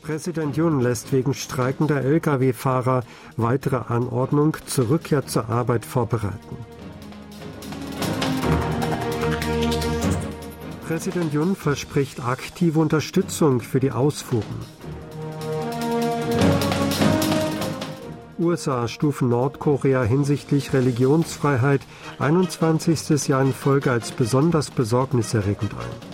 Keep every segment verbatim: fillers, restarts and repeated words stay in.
Präsident Yoon lässt wegen streikender L K W-Fahrer weitere Anordnung zur Rückkehr zur Arbeit vorbereiten. Präsident Yoon verspricht aktive Unterstützung für die Ausfuhren. U S A stufen Nordkorea hinsichtlich Religionsfreiheit einundzwanzigstes Jahr in Folge als besonders besorgniserregend ein.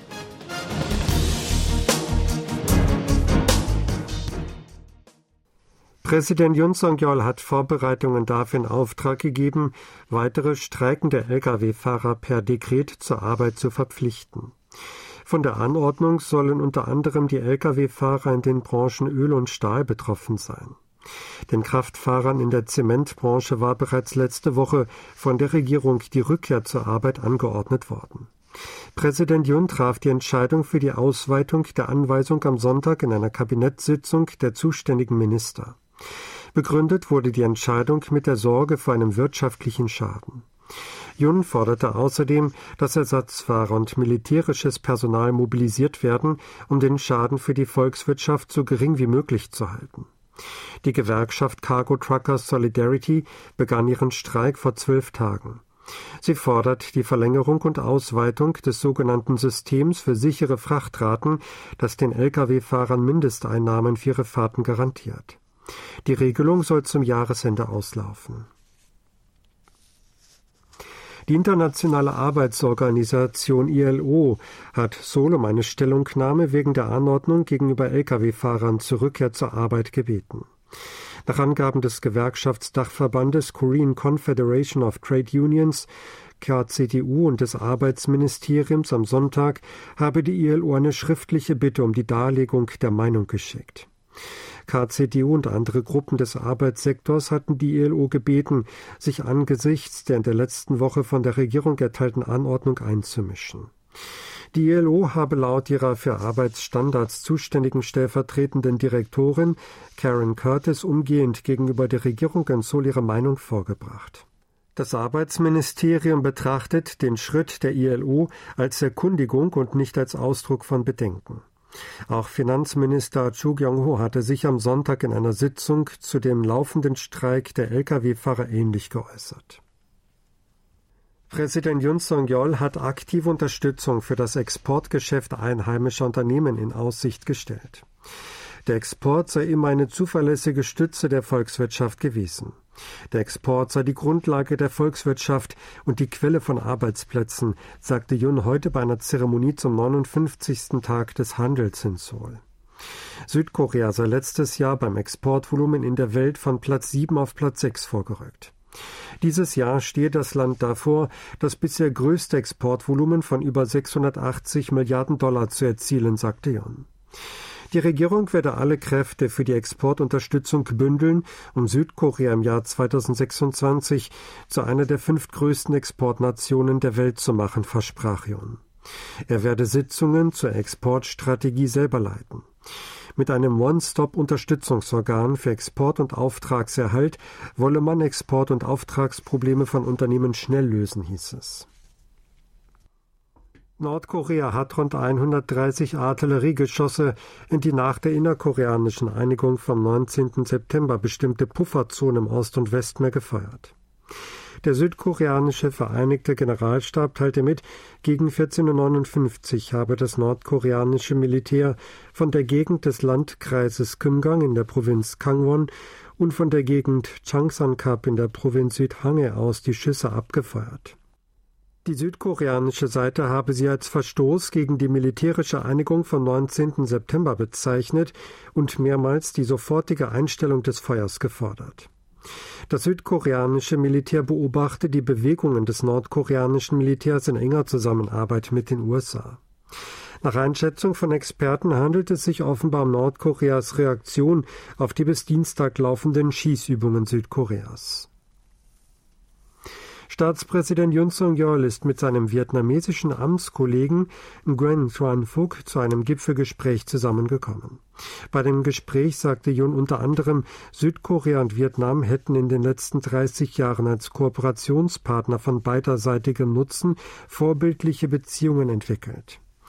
Präsident Yoon Suk-yeol hat Vorbereitungen dafür in Auftrag gegeben, weitere streikende L K W-Fahrer per Dekret zur Arbeit zu verpflichten. Von der Anordnung sollen unter anderem die L K W-Fahrer in den Branchen Öl und Stahl betroffen sein. Den Kraftfahrern in der Zementbranche war bereits letzte Woche von der Regierung die Rückkehr zur Arbeit angeordnet worden. Präsident Yoon traf die Entscheidung für die Ausweitung der Anweisung am Sonntag in einer Kabinettssitzung der zuständigen Minister. Begründet wurde die Entscheidung mit der Sorge vor einem wirtschaftlichen Schaden. Yoon forderte außerdem, dass Ersatzfahrer und militärisches Personal mobilisiert werden, um den Schaden für die Volkswirtschaft so gering wie möglich zu halten. Die Gewerkschaft Cargo Truckers Solidarity begann ihren Streik vor zwölf Tagen. Sie fordert die Verlängerung und Ausweitung des sogenannten Systems für sichere Frachtraten, das den L K W-Fahrern Mindesteinnahmen für ihre Fahrten garantiert. Die Regelung soll zum Jahresende auslaufen. Die Internationale Arbeitsorganisation I L O hat Seoul um eine Stellungnahme wegen der Anordnung gegenüber L K W-Fahrern zur Rückkehr zur Arbeit gebeten. Nach Angaben des Gewerkschaftsdachverbandes Korean Confederation of Trade Unions, K C T U, und des Arbeitsministeriums am Sonntag habe die I L O eine schriftliche Bitte um die Darlegung der Meinung geschickt. K C T U und andere Gruppen des Arbeitssektors hatten die I L O gebeten, sich angesichts der in der letzten Woche von der Regierung erteilten Anordnung einzumischen. Die I L O habe laut ihrer für Arbeitsstandards zuständigen stellvertretenden Direktorin Karen Curtis umgehend gegenüber der Regierung in Seoul ihre Meinung vorgebracht. Das Arbeitsministerium betrachtet den Schritt der I L O als Erkundigung und nicht als Ausdruck von Bedenken. Auch Finanzminister Chu Kyung-ho hatte sich am Sonntag in einer Sitzung zu dem laufenden Streik der L K W-Fahrer ähnlich geäußert. Präsident Yoon Suk-yeol hat aktive Unterstützung für das Exportgeschäft einheimischer Unternehmen in Aussicht gestellt. Der Export sei immer eine zuverlässige Stütze der Volkswirtschaft gewesen. Der Export sei die Grundlage der Volkswirtschaft und die Quelle von Arbeitsplätzen, sagte Yoon heute bei einer Zeremonie zum neunundfünfzigsten Tag des Handels in Seoul. Südkorea sei letztes Jahr beim Exportvolumen in der Welt von Platz sieben auf Platz sechs vorgerückt. Dieses Jahr stehe das Land davor, das bisher größte Exportvolumen von über sechshundertachtzig Milliarden Dollar zu erzielen, sagte Yoon. Die Regierung werde alle Kräfte für die Exportunterstützung bündeln, um Südkorea im Jahr zweitausendsechsundzwanzig zu einer der fünf größten Exportnationen der Welt zu machen, versprach Yoon. Er werde Sitzungen zur Exportstrategie selber leiten. Mit einem One-Stop-Unterstützungsorgan für Export- und Auftragserhalt wolle man Export- und Auftragsprobleme von Unternehmen schnell lösen, hieß es. Nordkorea hat rund hundertdreißig Artilleriegeschosse in die nach der innerkoreanischen Einigung vom neunzehnten September bestimmte Pufferzone im Ost- und Westmeer gefeuert. Der südkoreanische Vereinigte Generalstab teilte mit, gegen vierzehn Uhr neunundfünfzig habe das nordkoreanische Militär von der Gegend des Landkreises Kymgang in der Provinz Gangwon und von der Gegend Changsan-kap in der Provinz Südhanghae aus die Schüsse abgefeuert. Die südkoreanische Seite habe sie als Verstoß gegen die militärische Einigung vom neunzehnten September bezeichnet und mehrmals die sofortige Einstellung des Feuers gefordert. Das südkoreanische Militär beobachte die Bewegungen des nordkoreanischen Militärs in enger Zusammenarbeit mit den U S A. Nach Einschätzung von Experten handelt es sich offenbar um Nordkoreas Reaktion auf die bis Dienstag laufenden Schießübungen Südkoreas. Staatspräsident Yoon Suk-yeol ist mit seinem vietnamesischen Amtskollegen Nguyen Xuan Phuc zu einem Gipfelgespräch zusammengekommen. Bei dem Gespräch sagte Yoon unter anderem, Südkorea und Vietnam hätten in den letzten dreißig Jahren als Kooperationspartner von beiderseitigem Nutzen vorbildliche Beziehungen entwickelt.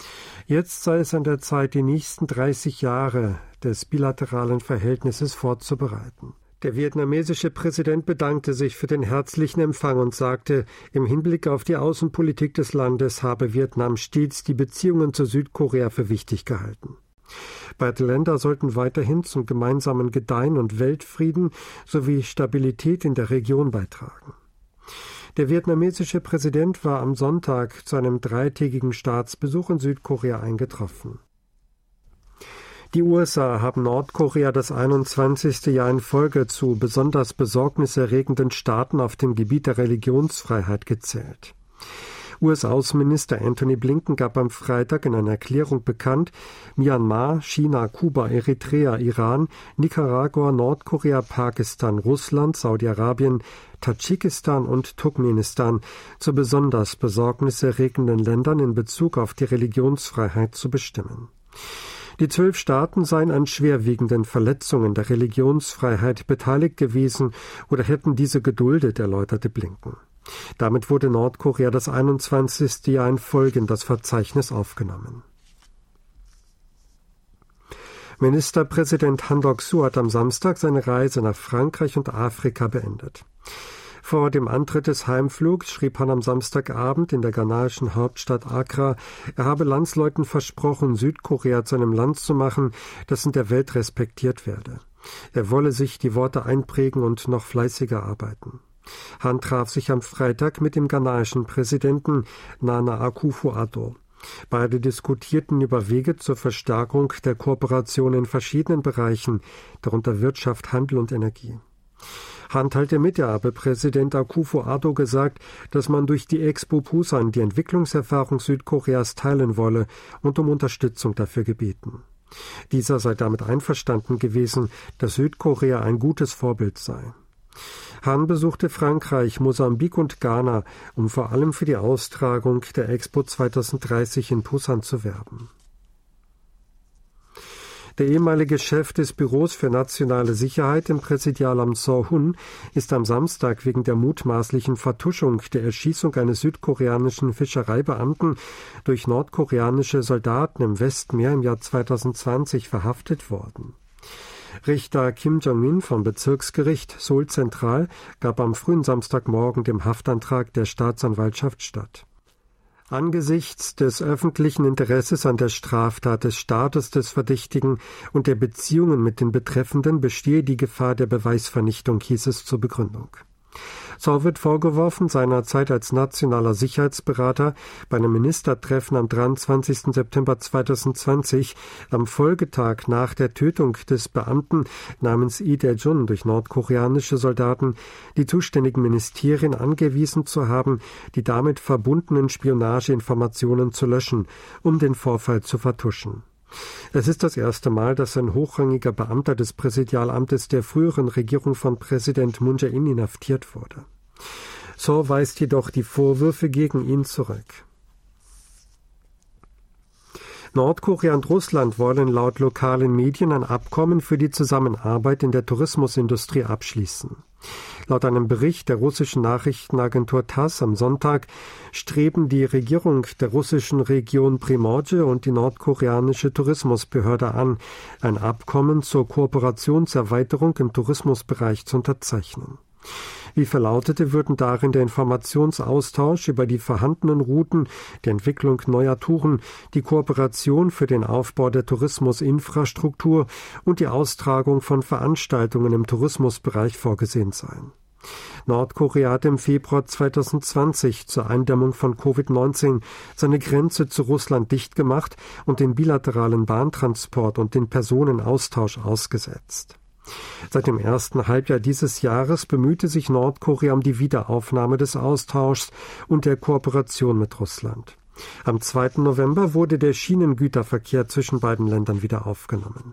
Jetzt sei es an der Zeit, die nächsten dreißig Jahre des bilateralen Verhältnisses vorzubereiten. Der vietnamesische Präsident bedankte sich für den herzlichen Empfang und sagte, im Hinblick auf die Außenpolitik des Landes habe Vietnam stets die Beziehungen zu Südkorea für wichtig gehalten. Beide Länder sollten weiterhin zum gemeinsamen Gedeihen und Weltfrieden sowie Stabilität in der Region beitragen. Der vietnamesische Präsident war am Sonntag zu einem dreitägigen Staatsbesuch in Südkorea eingetroffen. Die U S A haben Nordkorea das einundzwanzigste Jahr in Folge zu besonders besorgniserregenden Staaten auf dem Gebiet der Religionsfreiheit gezählt. U S-Außenminister Antony Blinken gab am Freitag in einer Erklärung bekannt, Myanmar, China, Kuba, Eritrea, Iran, Nicaragua, Nordkorea, Pakistan, Russland, Saudi-Arabien, Tadschikistan und Turkmenistan zu besonders besorgniserregenden Ländern in Bezug auf die Religionsfreiheit zu bestimmen. Die zwölf Staaten seien an schwerwiegenden Verletzungen der Religionsfreiheit beteiligt gewesen oder hätten diese geduldet, erläuterte Blinken. Damit wurde Nordkorea das einundzwanzigste Jahr in Folge in das Verzeichnis aufgenommen. Ministerpräsident Han Duck-soo hat am Samstag seine Reise nach Frankreich und Afrika beendet. Vor dem Antritt des Heimflugs schrieb Han am Samstagabend in der ghanaischen Hauptstadt Accra, er habe Landsleuten versprochen, Südkorea zu einem Land zu machen, das in der Welt respektiert werde. Er wolle sich die Worte einprägen und noch fleißiger arbeiten. Han traf sich am Freitag mit dem ghanaischen Präsidenten Nana Akufo-Addo. Beide diskutierten über Wege zur Verstärkung der Kooperation in verschiedenen Bereichen, darunter Wirtschaft, Handel und Energie. Han teilte mit, er habe Präsident Akufo-Addo gesagt, dass man durch die Expo Busan die Entwicklungserfahrung Südkoreas teilen wolle und um Unterstützung dafür gebeten. Dieser sei damit einverstanden gewesen, dass Südkorea ein gutes Vorbild sei. Han besuchte Frankreich, Mosambik und Ghana, um vor allem für die Austragung der Expo zweitausenddreißig in Busan zu werben. Der ehemalige Chef des Büros für nationale Sicherheit im Präsidialamt Sohun ist am Samstag wegen der mutmaßlichen Vertuschung der Erschießung eines südkoreanischen Fischereibeamten durch nordkoreanische Soldaten im Westmeer im Jahr zweitausendzwanzig verhaftet worden. Richter Kim Jong-min vom Bezirksgericht Seoul Zentral gab am frühen Samstagmorgen dem Haftantrag der Staatsanwaltschaft statt. Angesichts des öffentlichen Interesses an der Straftat, des Status des Verdächtigen und der Beziehungen mit den Betreffenden bestehe die Gefahr der Beweisvernichtung, hieß es zur Begründung. Seoul wird vorgeworfen, seinerzeit als nationaler Sicherheitsberater bei einem Ministertreffen am dreiundzwanzigsten September zweitausendzwanzig, am Folgetag nach der Tötung des Beamten namens Lee Dae-jun durch nordkoreanische Soldaten, die zuständigen Ministerien angewiesen zu haben, die damit verbundenen Spionageinformationen zu löschen, um den Vorfall zu vertuschen. Es ist das erste Mal, dass ein hochrangiger Beamter des Präsidialamtes der früheren Regierung von Präsident Moon Jae-in inhaftiert wurde. Seoul weist jedoch die Vorwürfe gegen ihn zurück. Nordkorea und Russland wollen laut lokalen Medien ein Abkommen für die Zusammenarbeit in der Tourismusindustrie abschließen. Laut einem Bericht der russischen Nachrichtenagentur TASS am Sonntag streben die Regierung der russischen Region Primorje und die nordkoreanische Tourismusbehörde an, ein Abkommen zur Kooperationserweiterung im Tourismusbereich zu unterzeichnen. Wie verlautete, würden darin der Informationsaustausch über die vorhandenen Routen, die Entwicklung neuer Touren, die Kooperation für den Aufbau der Tourismusinfrastruktur und die Austragung von Veranstaltungen im Tourismusbereich vorgesehen sein. Nordkorea hat im Februar zweitausendzwanzig zur Eindämmung von Covid neunzehn seine Grenze zu Russland dicht gemacht und den bilateralen Bahntransport und den Personenaustausch ausgesetzt. Seit dem ersten Halbjahr dieses Jahres bemühte sich Nordkorea um die Wiederaufnahme des Austauschs und der Kooperation mit Russland. Am zweiten November wurde der Schienengüterverkehr zwischen beiden Ländern wieder aufgenommen.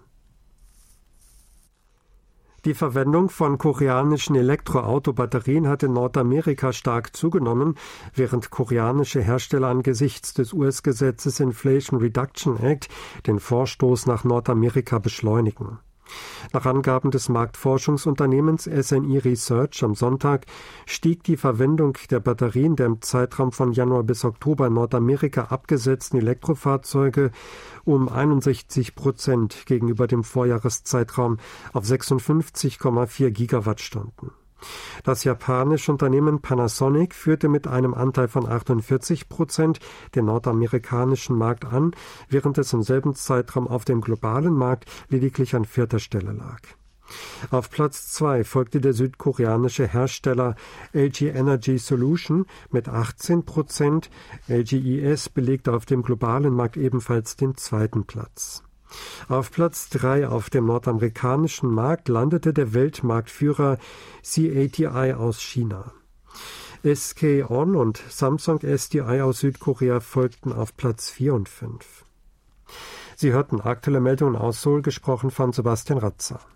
Die Verwendung von koreanischen Elektroautobatterien hat in Nordamerika stark zugenommen, während koreanische Hersteller angesichts des U S-Gesetzes Inflation Reduction Act den Vorstoß nach Nordamerika beschleunigen. Nach Angaben des Marktforschungsunternehmens S N I Research am Sonntag stieg die Verwendung der Batterien der im Zeitraum von Januar bis Oktober in Nordamerika abgesetzten Elektrofahrzeuge um einundsechzig Prozent gegenüber dem Vorjahreszeitraum auf sechsundfünfzig Komma vier Gigawattstunden. Das japanische Unternehmen Panasonic führte mit einem Anteil von achtundvierzig Prozent den nordamerikanischen Markt an, während es im selben Zeitraum auf dem globalen Markt lediglich an vierter Stelle lag. Auf Platz zwei folgte der südkoreanische Hersteller L G Energy Solution mit achtzehn Prozent. L G E S belegte auf dem globalen Markt ebenfalls den zweiten Platz. Auf Platz drei auf dem nordamerikanischen Markt landete der Weltmarktführer C A T I aus China. S K On und Samsung S D I aus Südkorea folgten auf Platz vier und fünf. Sie hörten aktuelle Meldungen aus Seoul, gesprochen von Sebastian Ratzer.